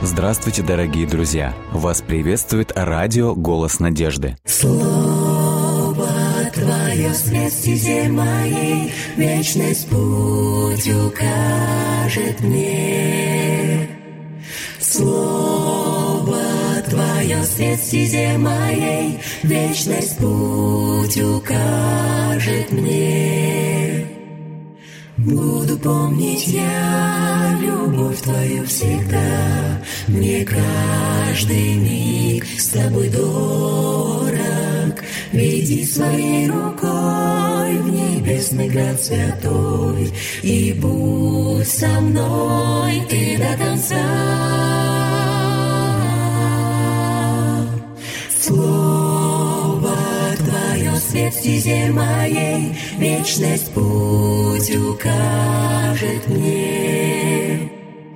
Здравствуйте, дорогие друзья! Вас приветствует радио «Голос надежды». Слово Твое свет стезе моей, вечность путь укажет мне. Слово Твое свет стезе моей, вечность путь укажет мне. Буду помнить я любовь Твою всегда, мне каждый миг с Тобой дорог. Веди своей рукой в небесный град святой, и будь со мной Ты до конца. Слово Твое свет в стезе моей, вечность путь укажет мне.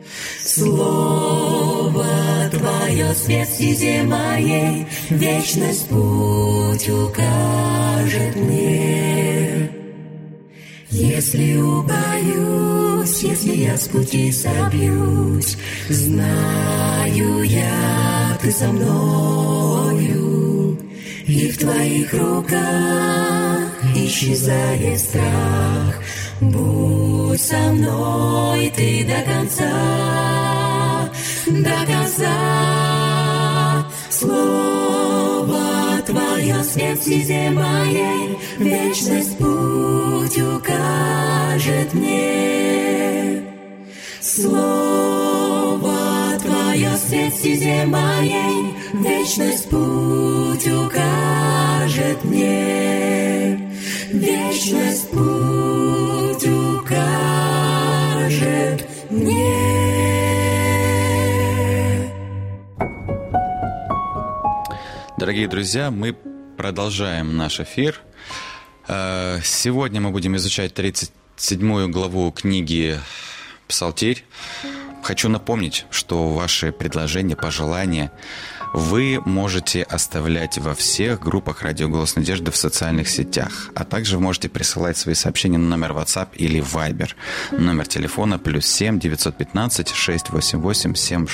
Слово Твое свет в стезе моей, вечность путь укажет мне. Если убоюсь, если я с пути собьюсь, знаю я, Ты со мною, и в Твоих руках исчезает страх. Будь со мной Ты до конца, до конца. Слово Твое свет в стезе моей, вечность путь укажет мне. Слово Твое свет в стезе моей, вечность путь укажет мне. Вечность путь укажет мне. Дорогие друзья, мы продолжаем наш эфир. Сегодня мы будем изучать 37 главу книги «Псалтирь». Хочу напомнить, что ваши предложения, пожелания вы можете оставлять во всех группах «Радио Голос Надежды» в социальных сетях, а также вы можете присылать свои сообщения на номер WhatsApp или Viber. Номер телефона +7 915 688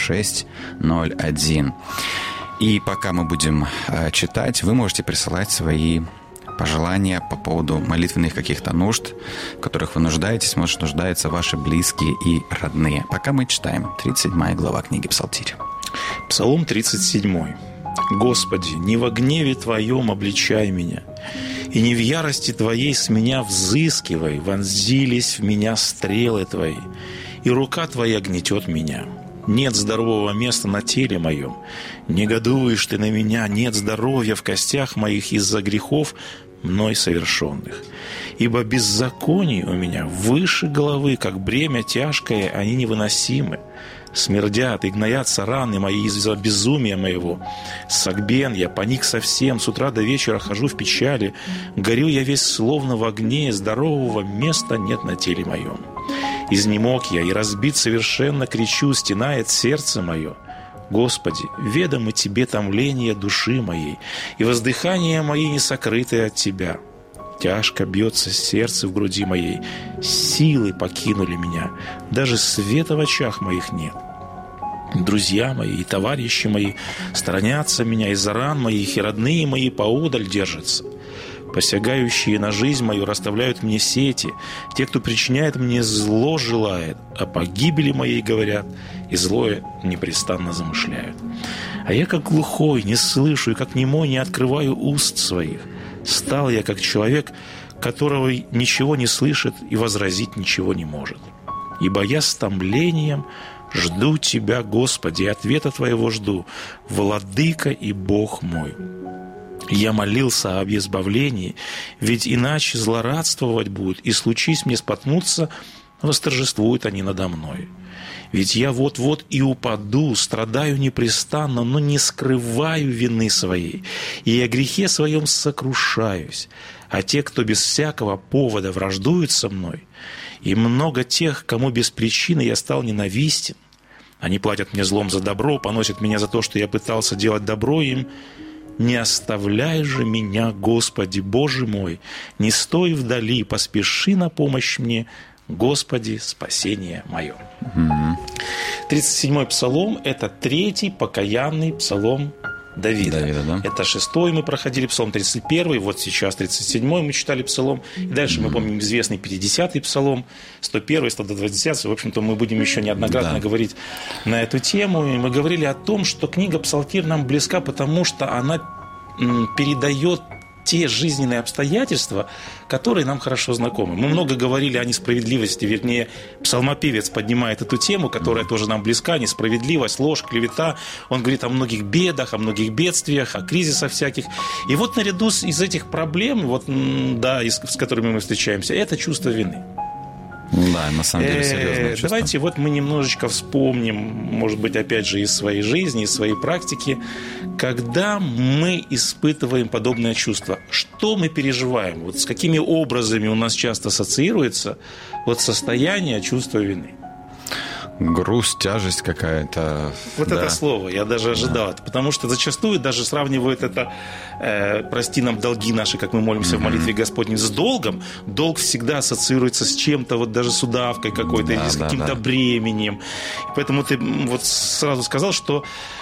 7601. И пока мы будем читать, вы можете присылать свои пожелания по поводу молитвенных каких-то нужд, в которых вы нуждаетесь, может, нуждаются ваши близкие и родные. Пока мы читаем 37 глава книги «Псалтирь». Псалом 37. «Господи, не во гневе Твоем обличай меня, и не в ярости Твоей с меня взыскивай, вонзились в меня стрелы Твои, и рука Твоя гнетет меня. Нет здорового места на теле моем, негодуешь Ты на меня, нет здоровья в костях моих из-за грехов мной совершенных. Ибо беззаконий у меня выше головы, как бремя тяжкое, они невыносимы. Смердят и гноятся раны мои из-за безумия моего. Согбен я, паник совсем, с утра до вечера хожу в печали. Горю я весь словно в огне, здорового места нет на теле моем. Изнемог я и разбит совершенно, кричу, стенает сердце мое. Господи, ведомы Тебе томление души моей, и воздыхания мои не сокрыты от Тебя. Тяжко бьется сердце в груди моей, силы покинули меня, даже света в очах моих нет. Друзья мои и товарищи мои сторонятся меня из-за ран моих, и родные мои поодаль держатся. Посягающие на жизнь мою расставляют мне сети, те, кто причиняет мне зло, желает, о погибели моей говорят, и злое непрестанно замышляют. А я, как глухой, не слышу, и как немой не открываю уст своих. Стал я, как человек, которого ничего не слышит и возразить ничего не может. Ибо я с томлением жду Тебя, Господи, и ответа Твоего жду, Владыка и Бог мой. Я молился об избавлении, ведь иначе злорадствовать будут, и случись мне споткнуться, восторжествуют они надо мной. Ведь я вот-вот и упаду, страдаю непрестанно, но не скрываю вины своей, и о грехе своем сокрушаюсь. А те, кто без всякого повода враждуют со мной, и много тех, кому без причины я стал ненавистен, они платят мне злом за добро, поносят меня за то, что я пытался делать добро им. Не оставляй же меня, Господи, Боже мой, не стой вдали, поспеши на помощь мне, Господи, спасение мое». 37-й псалом – это 3-й покаянный псалом Давида. Да? Это 6-й мы проходили, псалом 31-й, вот сейчас 37-й мы читали псалом. И дальше мы помним известный 50-й псалом, 101-й, 120-й. В общем-то, мы будем еще неоднократно говорить на эту тему. И мы говорили о том, что книга «Псалтирь» нам близка, потому что она передает те жизненные обстоятельства, которые нам хорошо знакомы. Мы много говорили о несправедливости, вернее, псалмопевец поднимает эту тему, которая тоже нам близка: несправедливость, ложь, клевета. Он говорит о многих бедах, о многих бедствиях, о кризисах всяких. И вот наряду из этих проблем, с которыми мы встречаемся, это чувство вины. Да, на самом деле серьезное чувство. Давайте вот мы немножечко вспомним, может быть, опять же, из своей жизни, из своей практики, когда мы испытываем подобное чувство. Что мы переживаем? Вот с какими образами у нас часто ассоциируется вот состояние чувства вины? Груз, тяжесть какая-то. Вот это слово я даже ожидал. Потому что зачастую даже сравнивают это, прости нам долги наши, как мы молимся в молитве Господней, с долгом. Долг всегда ассоциируется с чем-то, вот даже с удавкой какой-то, или с каким-то бременем. И поэтому ты вот сразу сказал, что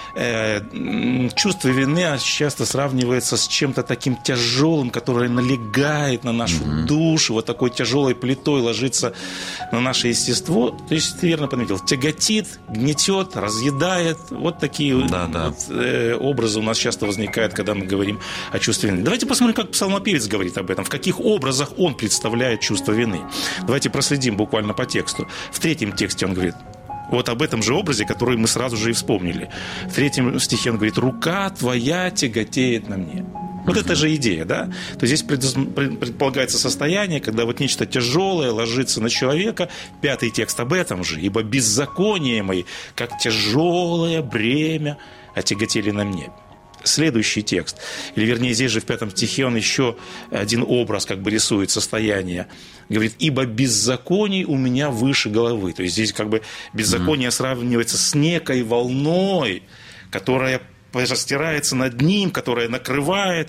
чувство вины часто сравнивается с чем-то таким тяжелым, которое налегает на нашу душу, вот такой тяжелой плитой ложится на наше естество. То есть ты верно подметил, тяготит, гнетет, разъедает. Вот такие образы у нас часто возникают, когда мы говорим о чувстве вины. Давайте посмотрим, как псалмопевец говорит об этом, в каких образах он представляет чувство вины. Давайте проследим буквально по тексту. В 3-м тексте он говорит вот об этом же образе, который мы сразу же и вспомнили. В 3-м стихе он говорит: «Рука твоя тяготеет на мне». Вот это же идея, да? То есть здесь предполагается состояние, когда вот нечто тяжелое ложится на человека. 5-й текст об этом же. «Ибо беззаконие мои, как тяжелое бремя, отяготели на мне». Следующий текст, или вернее здесь же в 5 стихе он еще один образ как бы рисует состояние. Говорит: «Ибо беззаконие у меня выше головы». То есть здесь как бы беззаконие сравнивается с некой волной, которая простирается над ним, которая накрывает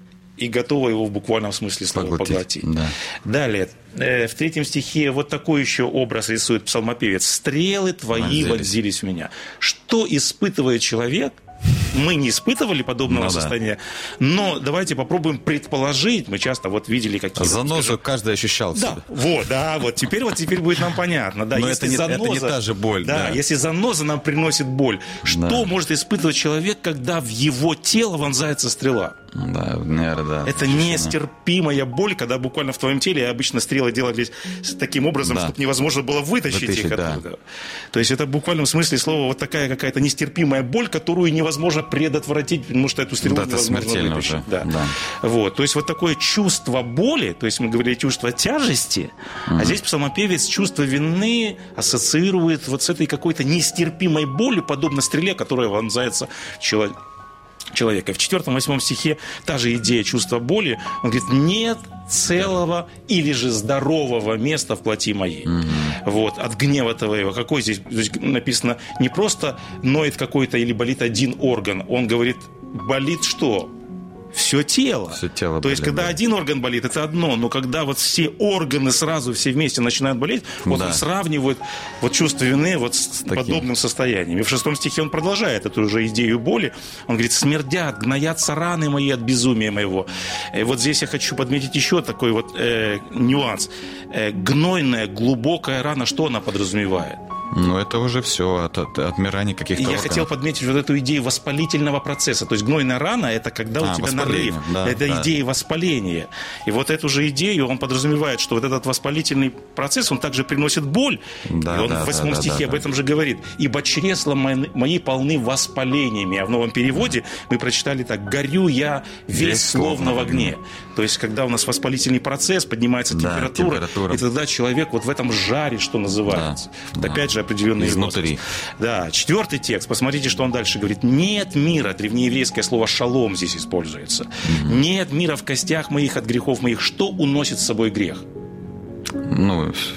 и готова его в буквальном смысле слова поглотить. Да. Далее, в 3-м стихе вот такой еще образ рисует псалмопевец: «Стрелы твои вонзились в меня». Что испытывает человек? Мы не испытывали подобного состояния, но давайте попробуем предположить. Мы часто вот видели какие-то... Занозу каждый ощущал в себе. Вот теперь теперь будет нам понятно. Да, но это не та же боль. Да, если заноза нам приносит боль, что может испытывать человек, когда в его тело вонзается стрела? Да, наверное, да. Это нестерпимая боль, когда буквально в твоем теле обычно стрелы делались таким образом, чтобы невозможно было вытащить их оттуда. Да. То есть это в буквальном смысле слова вот такая какая-то нестерпимая боль, которую невозможно предотвратить, потому что эту стрелу невозможно вытащить. Да. Вот. То есть вот такое чувство боли, то есть мы говорили чувство тяжести, а здесь псалмопевец чувство вины ассоциирует вот с этой какой-то нестерпимой болью, подобно стреле, которая вонзается в человека. В 4-8 стихе та же идея чувства боли. Он говорит: «Нет целого или же здорового места в плоти моей». Вот, от гнева твоего. Какой здесь написано? Не просто ноет какой-то или болит один орган. Он говорит, болит что? Все тело. То есть, когда один орган болит, это одно, но когда вот все органы сразу, все вместе начинают болеть, вот он сравнивает вот чувство вины вот с подобным состоянием. И в 6 стихе он продолжает эту же идею боли. Он говорит: «Смердят, гноятся раны мои от безумия моего». И вот здесь я хочу подметить еще такой вот нюанс. Гнойная, глубокая рана, что она подразумевает? Ну, это уже все отмирание каких-то органов. Я хотел подметить вот эту идею воспалительного процесса. То есть гнойная рана – это когда у тебя нарыв. Это идея воспаления. И вот эту же идею он подразумевает, что вот этот воспалительный процесс, он также приносит боль. И он в 8 стихе об этом же говорит. «Ибо чресла мои полны воспалениями». А в новом переводе мы прочитали так: «Горю я весь словно в огне». То есть, когда у нас воспалительный процесс, поднимается температура, и тогда человек вот в этом жаре, что называется. Опять же, определенные изнутри. Да, 4-й текст. Посмотрите, что он дальше говорит. «Нет мира». Древнееврейское слово «шалом» здесь используется. «Нет мира в костях моих от грехов моих». Что уносит с собой грех?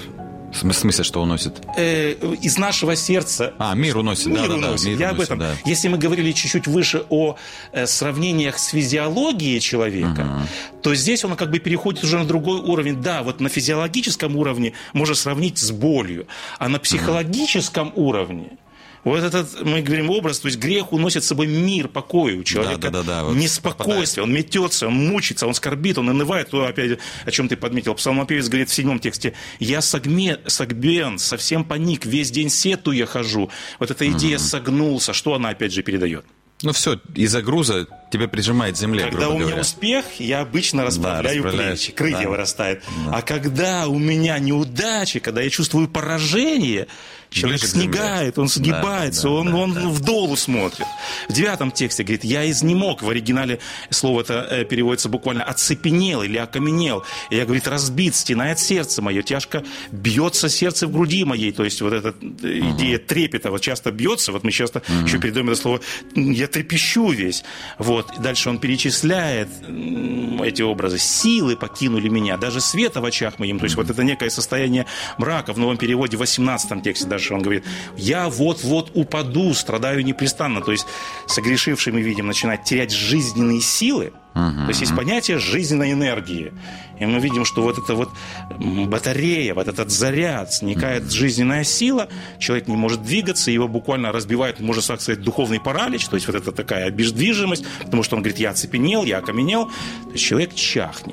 В смысле, что уносит? Из нашего сердца. Мир уносит. Мир уносит. Я об этом. Да. Если мы говорили чуть-чуть выше о сравнениях с физиологией человека, то здесь он как бы переходит уже на другой уровень. Да, вот на физиологическом уровне можно сравнить с болью, а на психологическом уровне вот этот, мы говорим, образ, то есть грех уносит с собой мир, покой у человека, вот неспокойствие, он метется, он мучится, он скорбит, он унывает. То, опять, о чем ты подметил, псалмопевец говорит в 7 тексте: «Я согбен, совсем паник, весь день сетуя хожу». Вот эта идея «согнулся», что она опять же передает? Ну все, из-за груза тебя прижимает к земле, когда грубо у меня успех, я обычно расправляю плечи, крылья вырастают. А когда у меня неудачи, когда я чувствую поражение, человек снегает, он сгибается, он в долу смотрит. В 9 тексте говорит: «Я изнемог». В оригинале слово это переводится буквально «оцепенел» или «окаменел». И я, говорит, разбит, стенает сердце мое, тяжко бьется сердце в груди моей. То есть вот эта идея трепета вот часто бьется. Вот мы часто еще передаем это слово «я трепещу весь». Вот. И дальше он перечисляет эти образы. «Силы покинули меня, даже света в очах моим». То есть вот это некое состояние мрака. В новом переводе в 18 тексте дальше он говорит: «Я вот-вот упаду, страдаю непрестанно». То есть согрешивший, мы видим, начинает терять жизненные силы. То есть понятие жизненной энергии. И мы видим, что вот эта вот батарея, вот этот заряд, сникает жизненная сила, человек не может двигаться, его буквально разбивает, можно так сказать, духовный паралич, то есть вот это такая обездвижимость, потому что он говорит: «Я оцепенел, я окаменел». То есть человек чахнет.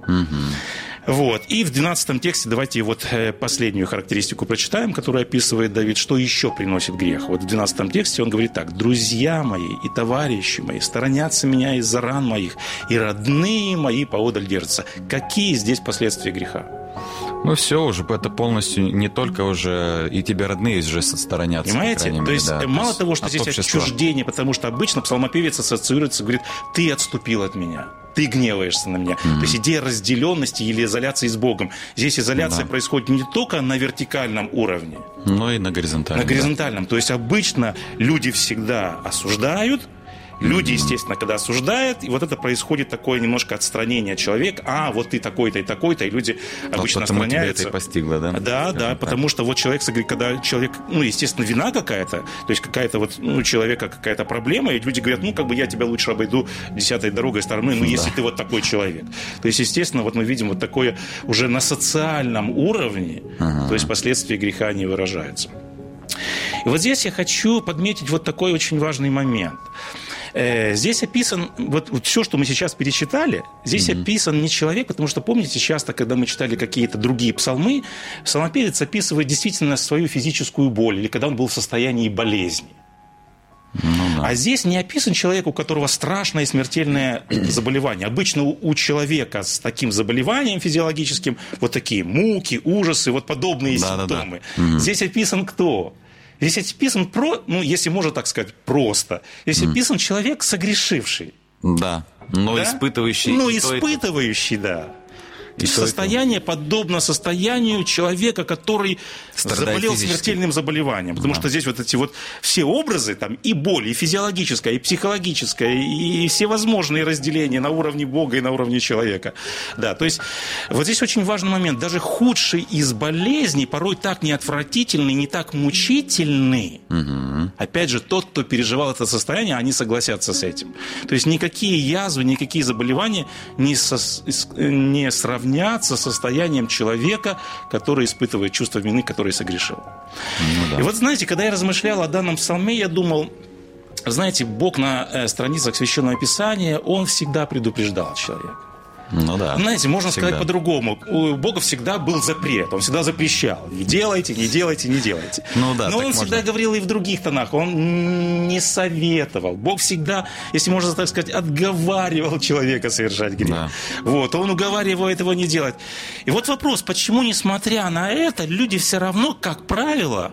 Вот. И в 12 тексте давайте вот последнюю характеристику прочитаем, которую описывает Давид, что еще приносит грех. Вот в 12 тексте он говорит так: «Друзья мои и товарищи мои сторонятся меня из-за ран моих, и родные мои поодаль держатся». Какие здесь последствия греха? Ну все, уже это полностью не только уже и тебе родные уже сторонятся. Понимаете? То есть мало того, что здесь отчуждение, потому что обычно псалмопевец ассоциируется, говорит: «Ты отступил от меня, ты гневаешься на меня». То есть идея разделенности или изоляции с Богом. Здесь изоляция происходит не только на вертикальном уровне, но и на горизонтальном. На горизонтальном. То есть обычно люди всегда осуждают. Люди, естественно, когда осуждают, и вот это происходит такое немножко отстранение человека. Вот ты такой-то и такой-то, и люди обычно отстраняются. Тебя это и постигло, да? Да, потому что вот человек, когда человек, естественно, вина какая-то, то есть какая-то вот у человека какая-то проблема, и люди говорят: я тебя лучше обойду 10-й дорогой стороной, если ты вот такой человек. То есть, естественно, вот мы видим вот такое уже на социальном уровне, то есть последствия греха не выражаются. И вот здесь я хочу подметить вот такой очень важный момент. Здесь описан, вот все, что мы сейчас перечитали, здесь описан не человек, потому что, помните, часто, когда мы читали какие-то другие псалмы, псалмопевец описывает действительно свою физическую боль, или когда он был в состоянии болезни. А здесь не описан человек, у которого страшное и смертельное заболевание. Обычно у человека с таким заболеванием физиологическим вот такие муки, ужасы, вот подобные симптомы. Здесь описан кто? Здесь описан, если можно так сказать, просто. Здесь описан человек согрешивший. Да, но испытывающий. Испытывающий, да. И состояние подобно состоянию человека, который заболел смертельным заболеванием. Потому что здесь вот эти вот все образы, там и боль, и физиологическая, и психологическая, и всевозможные разделения на уровне Бога и на уровне человека. Да, то есть вот здесь очень важный момент. Даже худший из болезней порой так неотвратительный, не так мучительный. Опять же, тот, кто переживал это состояние, они согласятся с этим. То есть никакие язвы, никакие заболевания не сравнятся с состоянием человека, который испытывает чувство вины, который согрешил. И вот, знаете, когда я размышлял о данном псалме, я думал, знаете, Бог на страницах Священного Писания, Он всегда предупреждал человека. Знаете, можно сказать по-другому. У Бога всегда был запрет. Он всегда запрещал. Не делайте, не делайте, не делайте. Но Он всегда говорил и в других тонах. Он не советовал. Бог всегда, если можно так сказать, отговаривал человека совершать грех. Он уговаривает его не делать. И вот вопрос, почему, несмотря на это, люди все равно, как правило,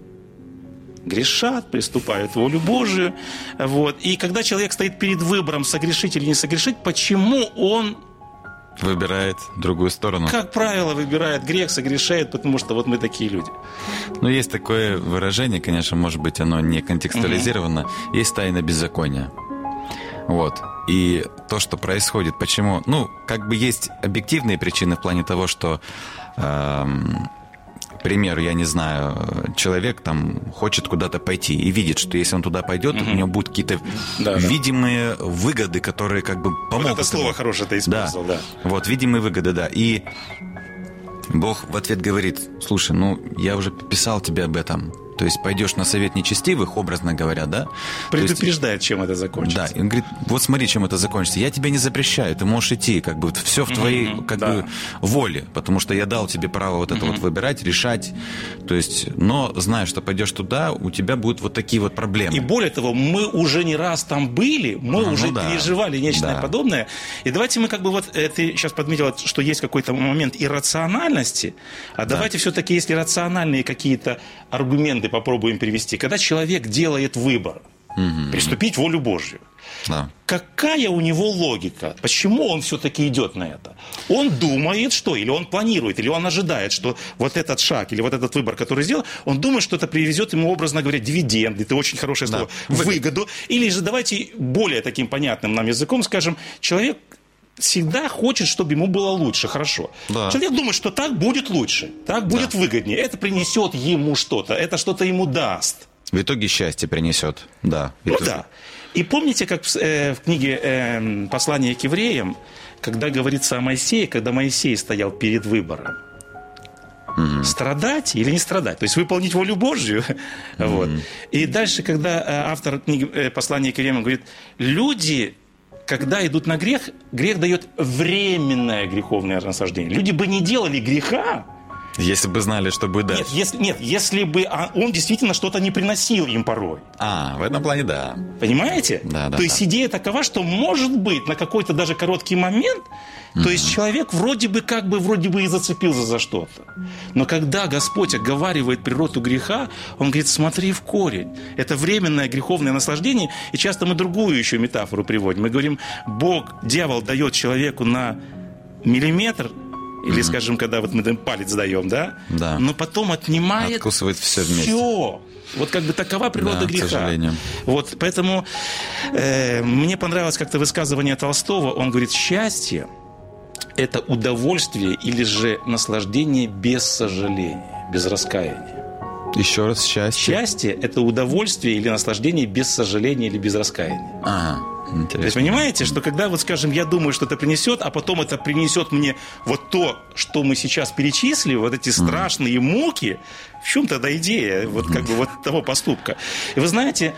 грешат, приступают в волю Божию. И когда человек стоит перед выбором, согрешить или не согрешить, почему он выбирает другую сторону? Как правило, выбирает грех, согрешает, потому что вот мы такие люди. Есть такое выражение, конечно, может быть, оно не контекстуализировано. Есть тайна беззакония. И то, что происходит, почему... есть объективные причины в плане того, что к примеру, я не знаю, человек там хочет куда-то пойти и видит, что если он туда пойдет, у него будут какие-то видимые выгоды, которые как бы помогут. Вот это слово хорошее ты использовал, да. Вот, видимые выгоды, да. И Бог в ответ говорит: слушай, я уже писал тебе об этом. То есть пойдешь на совет нечестивых, образно говоря, да? Предупреждает, чем это закончится. Да, и он говорит: вот смотри, чем это закончится. Я тебе не запрещаю, ты можешь идти, как бы все в твоей бы воле, потому что я дал тебе право вот это вот выбирать, решать. То есть, но зная, что пойдешь туда, у тебя будут вот такие вот проблемы. И более того, мы уже не раз там были, мы уже переживали нечто подобное. И давайте мы как бы вот, ты сейчас подметил, что есть какой-то момент иррациональности, а давайте все-таки, если рациональные какие-то аргументы попробуем привести. Когда человек делает выбор приступить волю Божью, какая у него логика? Почему он все-таки идет на это? Он думает, что, или он планирует, или он ожидает, что вот этот шаг, или вот этот выбор, который сделал, он думает, что это привезет ему, образно говоря, дивиденды, это очень хорошее слово, выгоду. Или же давайте более таким понятным нам языком скажем, человек всегда хочет, чтобы ему было лучше, хорошо. Да. Человек думает, что так будет лучше, так будет выгоднее, это принесет ему что-то, это что-то ему даст. В итоге счастье принесет, да. Да. И помните, как в книге «Послание к евреям», когда говорится о Моисее, когда Моисей стоял перед выбором, страдать или не страдать, то есть выполнить волю Божью. Вот. И дальше, когда автор книги «Послание к евреям» говорит, люди... Когда идут на грех, грех дает временное греховное наслаждение. Люди бы не делали греха, если бы знали, что будет дальше. Если бы он действительно что-то не приносил им порой. В этом плане да. Понимаете? Да. То есть идея такова, что может быть на какой-то даже короткий момент, то есть человек вроде бы и зацепился за что-то. Но когда Господь оговаривает природу греха, Он говорит, смотри в корень. Это временное греховное наслаждение. И часто мы другую еще метафору приводим. Мы говорим, дьявол дает человеку на миллиметр, или, скажем, когда вот мы палец даем, да? Но потом отнимает откусывает все вместе. Все. Вот как бы такова природа греха. К сожалению. Вот, поэтому мне понравилось как-то высказывание Толстого. Он говорит, счастье – это удовольствие или же наслаждение без сожаления, без раскаяния. Еще раз, счастье. Счастье – это удовольствие или наслаждение без сожаления или без раскаяния. Интересно. То есть, понимаете, что когда, вот скажем, я думаю, что это принесет, а потом это принесет мне вот то, что мы сейчас перечислили, вот эти страшные муки, в чем тогда идея вот как бы вот того поступка? И вы знаете,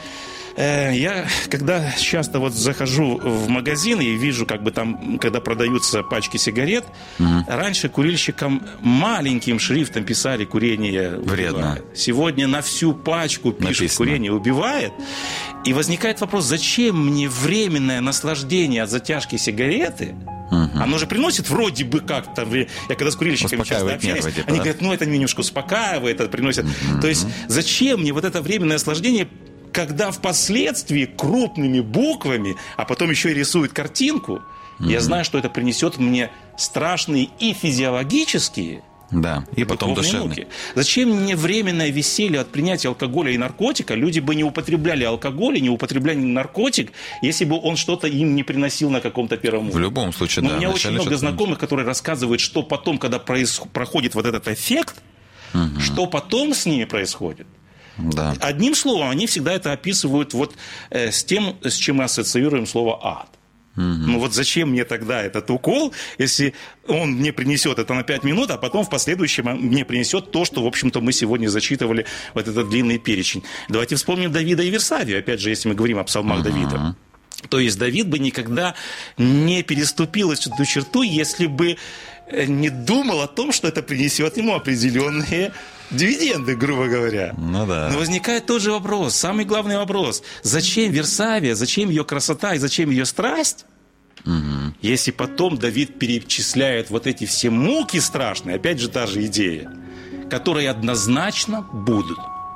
я когда часто вот захожу в магазин и вижу, как бы там, когда продаются пачки сигарет, раньше курильщикам маленьким шрифтом писали «курение вредно». Сегодня на всю пачку пишут написано. «Курение убивает». И возникает вопрос, зачем мне временное наслаждение от затяжки сигареты? Оно же приносит вроде бы как-то... Я когда с курильщиками часто общаюсь, они говорят, это меня немножко успокаивает, это приносит... То есть зачем мне вот это временное наслаждение, когда впоследствии крупными буквами, а потом еще и рисуют картинку, я знаю, что это принесет мне страшные и физиологические... и потом душевные. Зачем мне временное веселье от принятия алкоголя и наркотика? Люди бы не употребляли алкоголь и не употребляли наркотик, если бы он что-то им не приносил на каком-то первом уровне. В любом случае, У меня очень много знакомых, которые рассказывают, что потом, когда проходит вот этот эффект, что потом с ними происходит. Одним словом, они всегда это описывают вот с тем, с чем мы ассоциируем слово «ад». Ну вот зачем мне тогда этот укол, если он мне принесет это на 5 минут, а потом в последующем мне принесет то, что, в общем-то, мы сегодня зачитывали, вот этот длинный перечень. Давайте вспомним Давида и Версавию, опять же, если мы говорим о псалмах Давида. То есть Давид бы никогда не переступил эту черту, если бы не думал о том, что это принесет ему определенные дивиденды, грубо говоря. Но возникает тот же вопрос, самый главный вопрос. Зачем Версавия, зачем ее красота и зачем ее страсть, если потом Давид перечисляет вот эти все муки страшные, опять же та же идея, которые однозначно будут.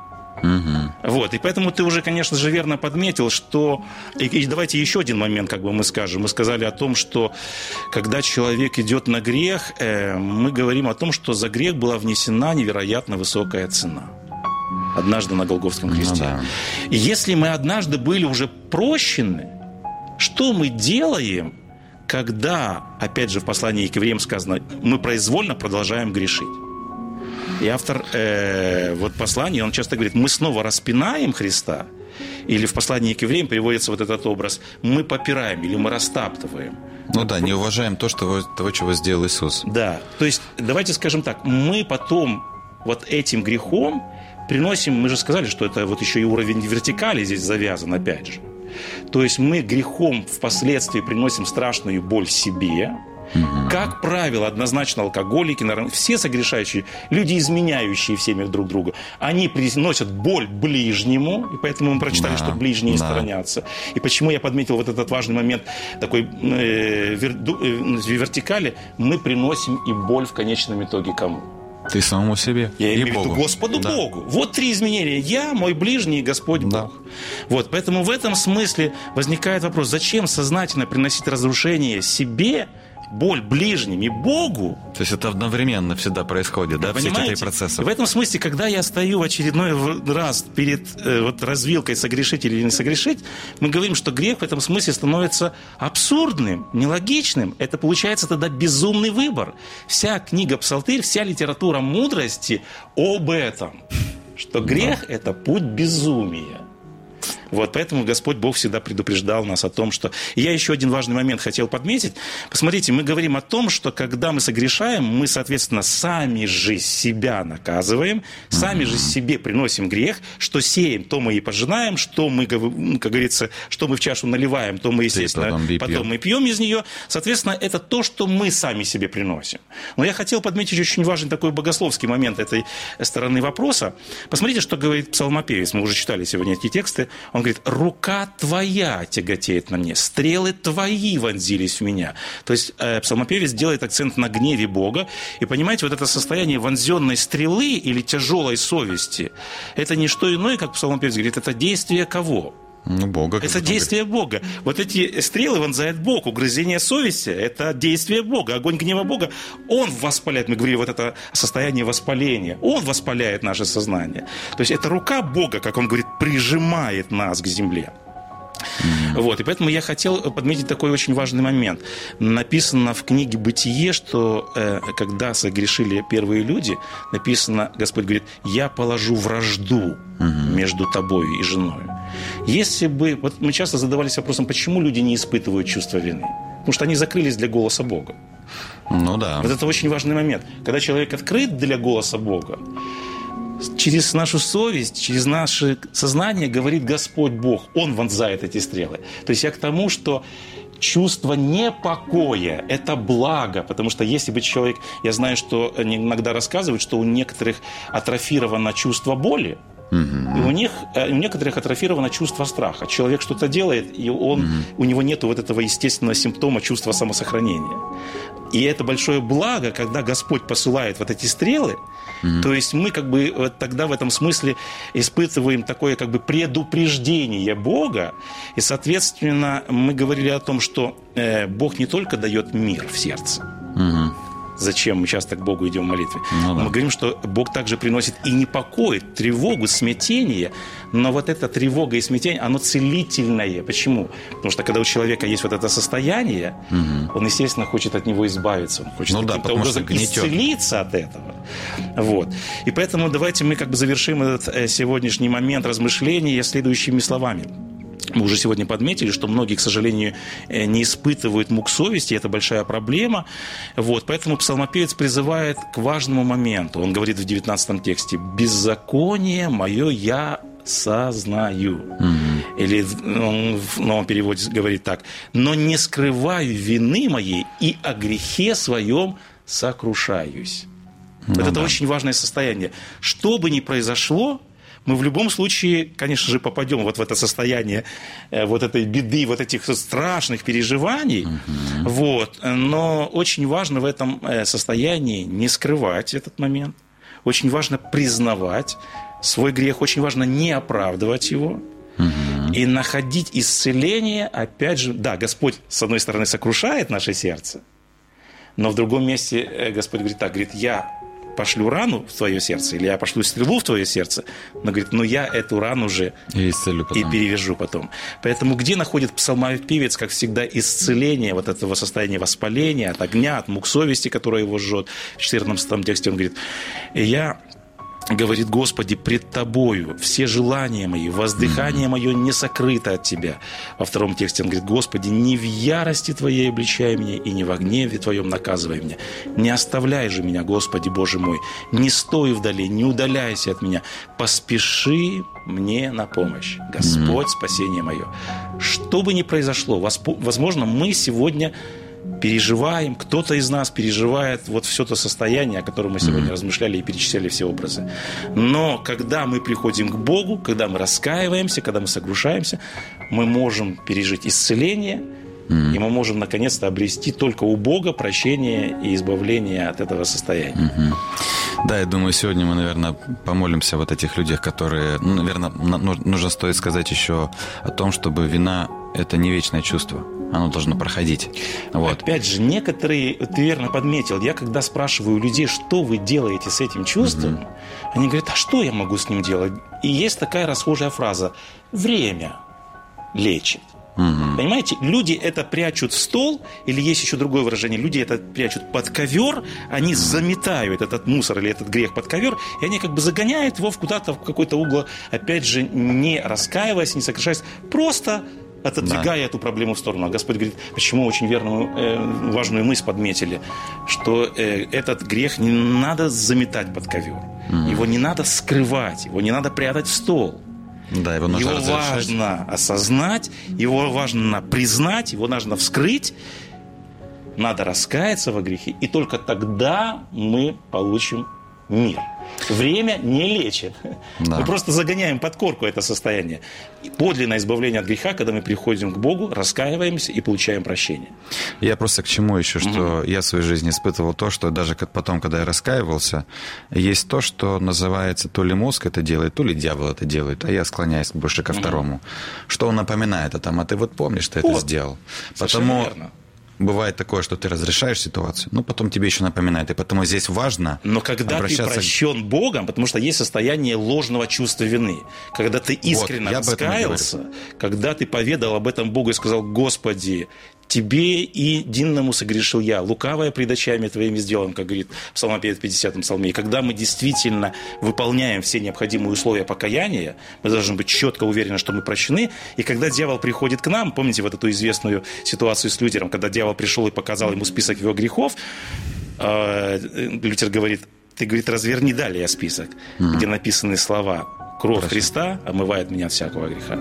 Вот, и поэтому ты уже, конечно же, верно подметил, что... И давайте еще один момент, как бы мы скажем. Мы сказали о том, что когда человек идет на грех, мы говорим о том, что за грех была внесена невероятно высокая цена. Однажды на Голгофском кресте. И если мы однажды были уже прощены, что мы делаем, когда, опять же, в послании к евреям сказано, мы произвольно продолжаем грешить? И автор вот послания, он часто говорит, мы снова распинаем Христа, или в послании к евреям приводится вот этот образ, мы попираем или мы растаптываем. Ну да, не уважаем того, чего сделал Иисус. Да, то есть давайте скажем так, мы потом вот этим грехом приносим, мы же сказали, что это вот еще и уровень вертикали здесь завязан, опять же. То есть мы грехом впоследствии приносим страшную боль себе. Как правило, однозначно алкоголики, наверное, все согрешающие, люди, изменяющие всеми друг другу, они приносят боль ближнему, и поэтому мы прочитали, что ближние сторонятся. И почему я подметил вот этот важный момент такой вертикали, мы приносим и боль в конечном итоге кому? Ты самому себе. Я и имею в виду Господу Богу. Вот три изменения. Я, мой ближний и Господь Бог. Вот, поэтому в этом смысле возникает вопрос, зачем сознательно приносить разрушение себе, боль ближним и Богу? То есть это одновременно всегда происходит, да, все эти три процесса? В этом смысле, когда я стою в очередной раз перед вот развилкой согрешить или не согрешить, мы говорим, что грех в этом смысле становится абсурдным, нелогичным. Это получается тогда безумный выбор. Вся книга Псалтырь, вся литература мудрости об этом, что грех – это путь безумия. Вот, поэтому Господь Бог всегда предупреждал нас о том, что... И я еще один важный момент хотел подметить. Посмотрите, мы говорим о том, что когда мы согрешаем, мы, соответственно, сами же себя наказываем, сами же себе приносим грех, что сеем, то мы и пожинаем, что мы, как говорится, что мы в чашу наливаем, то мы, естественно, потом мы пьем из нее. Соответственно, это то, что мы сами себе приносим. Но я хотел подметить очень важный такой богословский момент этой стороны вопроса. Посмотрите, что говорит псалмопевец. Мы уже читали сегодня эти тексты. Он говорит, рука твоя тяготеет на мне, стрелы твои вонзились в меня. То есть псалмопевец делает акцент на гневе Бога. И понимаете, вот это состояние вонзенной стрелы или тяжелой совести, это не что иное, как псалмопевец говорит, это действие кого? Бога. Это действие Бога. Вот эти стрелы вонзает Бог, угрызение совести – это действие Бога. Огонь гнева Бога, Он воспаляет. Мы говорили, вот это состояние воспаления. Он воспаляет наше сознание. То есть это рука Бога, как Он говорит, прижимает нас к земле. Вот, и поэтому я хотел подметить такой очень важный момент. Написано в книге «Бытие», что когда согрешили первые люди, написано, Господь говорит, «Я положу вражду между тобою и женою». Если бы... Вот мы часто задавались вопросом, почему люди не испытывают чувство вины? Потому что они закрылись для голоса Бога. Ну да. Вот это очень важный момент. Когда человек открыт для голоса Бога, через нашу совесть, через наше сознание говорит Господь Бог. Он вонзает эти стрелы. То есть я к тому, что чувство непокоя – это благо. Потому что если бы человек... Я знаю, что они иногда рассказывают, что у некоторых атрофировано чувство боли, и у некоторых атрофировано чувство страха. Человек что-то делает, и у него нет вот этого естественного симптома чувства самосохранения. И это большое благо, когда Господь посылает вот эти стрелы. То есть мы как бы вот тогда в этом смысле испытываем такое как бы предупреждение Бога. И, соответственно, мы говорили о том, что Бог не только дает мир в сердце. Зачем мы часто к Богу идем в молитве? Мы говорим, что Бог также приносит и непокой, тревогу, смятение. Но вот эта тревога и смятение, оно целительное. Почему? Потому что когда у человека есть вот это состояние, он, естественно, хочет от него избавиться. Он хочет каким-то образом исцелиться от этого. Вот. И поэтому давайте мы как бы завершим этот сегодняшний момент размышления следующими словами. Мы уже сегодня подметили, что многие, к сожалению, не испытывают мук совести, это большая проблема. Вот, поэтому псалмопевец призывает к важному моменту. Он говорит в 19 тексте: «Беззаконие мое я сознаю». Или в новом переводе говорит так: «Но не скрываю вины моей и о грехе своем сокрушаюсь». Это очень важное состояние. Что бы ни произошло, мы в любом случае, конечно же, попадем вот в это состояние вот этой беды, вот этих страшных переживаний. Вот. Но очень важно в этом состоянии не скрывать этот момент. Очень важно признавать свой грех. Очень важно не оправдывать его. И находить исцеление, опять же, да, Господь, с одной стороны, сокрушает наше сердце, но в другом месте Господь говорит так, говорит, я пошлю рану в твое сердце, или я пошлю стрелу в твое сердце, но говорит, но я эту рану же и перевяжу потом. Поэтому где находит псалмопевец, как всегда, исцеление вот этого состояния воспаления, от огня, от мук совести, которая его жжет? В 14 тексте он говорит, я говорит: Господи, пред Тобою все желания мои, воздыхание мое не сокрыто от Тебя. Во втором тексте он говорит: Господи, не в ярости Твоей обличай меня, и не во гневе Твоем наказывай меня. Не оставляй же меня, Господи Боже мой, не стой вдали, не удаляйся от меня. Поспеши мне на помощь, Господь, спасение мое. Что бы ни произошло, возможно, мы сегодня переживаем, кто-то из нас переживает вот все то состояние, о котором мы сегодня размышляли и перечисляли все образы. Но когда мы приходим к Богу, когда мы раскаиваемся, когда мы сокрушаемся, мы можем пережить исцеление, и мы можем наконец-то обрести только у Бога прощение и избавление от этого состояния. Да, я думаю, сегодня мы, наверное, помолимся вот о тех людях, которые... наверное, нужно стоит сказать еще о том, чтобы вина – это не вечное чувство. Оно должно проходить. Вот. Опять же, некоторые, ты верно подметил, я когда спрашиваю у людей, что вы делаете с этим чувством, они говорят: а что я могу с ним делать? И есть такая расхожая фраза: время лечит. Понимаете, люди это прячут в стол, или есть еще другое выражение: люди это прячут под ковер, они заметают этот мусор или этот грех под ковер, и они как бы загоняют его куда-то в какой-то угол, опять же, не раскаиваясь, не сокрушаясь, просто отодвигая эту проблему в сторону. А Господь говорит, почему очень верную, важную мысль подметили, что этот грех не надо заметать под ковер, его не надо скрывать, его не надо прятать в стол. Да, его важно осознать, его важно признать, его нужно вскрыть, надо раскаяться во грехе, и только тогда мы получим мир. Время не лечит. Да. Мы просто загоняем под корку это состояние. Подлинное избавление от греха, когда мы приходим к Богу, раскаиваемся и получаем прощение. Я просто к чему еще, что я в своей жизни испытывал то, что даже потом, когда я раскаивался, есть то, что называется то ли мозг это делает, то ли дьявол это делает, а я склоняюсь больше ко второму. Что он напоминает, а ты вот помнишь, ты это сделал. Потому... верно. Бывает такое, что ты разрешаешь ситуацию, но потом тебе еще напоминает. И потому здесь важно Но когда ты прощен Богом, потому что есть состояние ложного чувства вины, когда ты искренне раскаялся, когда ты поведал об этом Богу и сказал: Господи, Тебе и единому согрешил я, лукавое пред очами Твоими сделаем, как говорит псалмопевец в 50-м псалме. И когда мы действительно выполняем все необходимые условия покаяния, мы должны быть четко уверены, что мы прощены. И когда дьявол приходит к нам, помните вот эту известную ситуацию с Лютером, когда дьявол пришел и показал ему список его грехов, Лютер говорит: ты, говорит, разверни далее список, где написаны слова: «Кровь Христа омывает меня от всякого греха».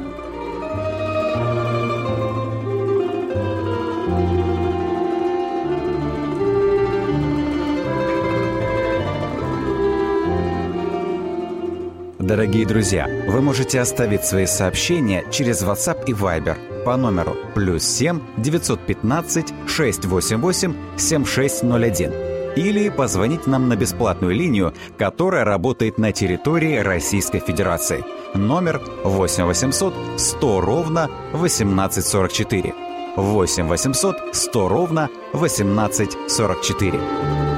Дорогие друзья, вы можете оставить свои сообщения через WhatsApp и Viber по номеру +7 915 688 7601 или позвонить нам на бесплатную линию, которая работает на территории Российской Федерации. Номер 8 800 100 ровно 1844. 8 800 100 ровно 1844.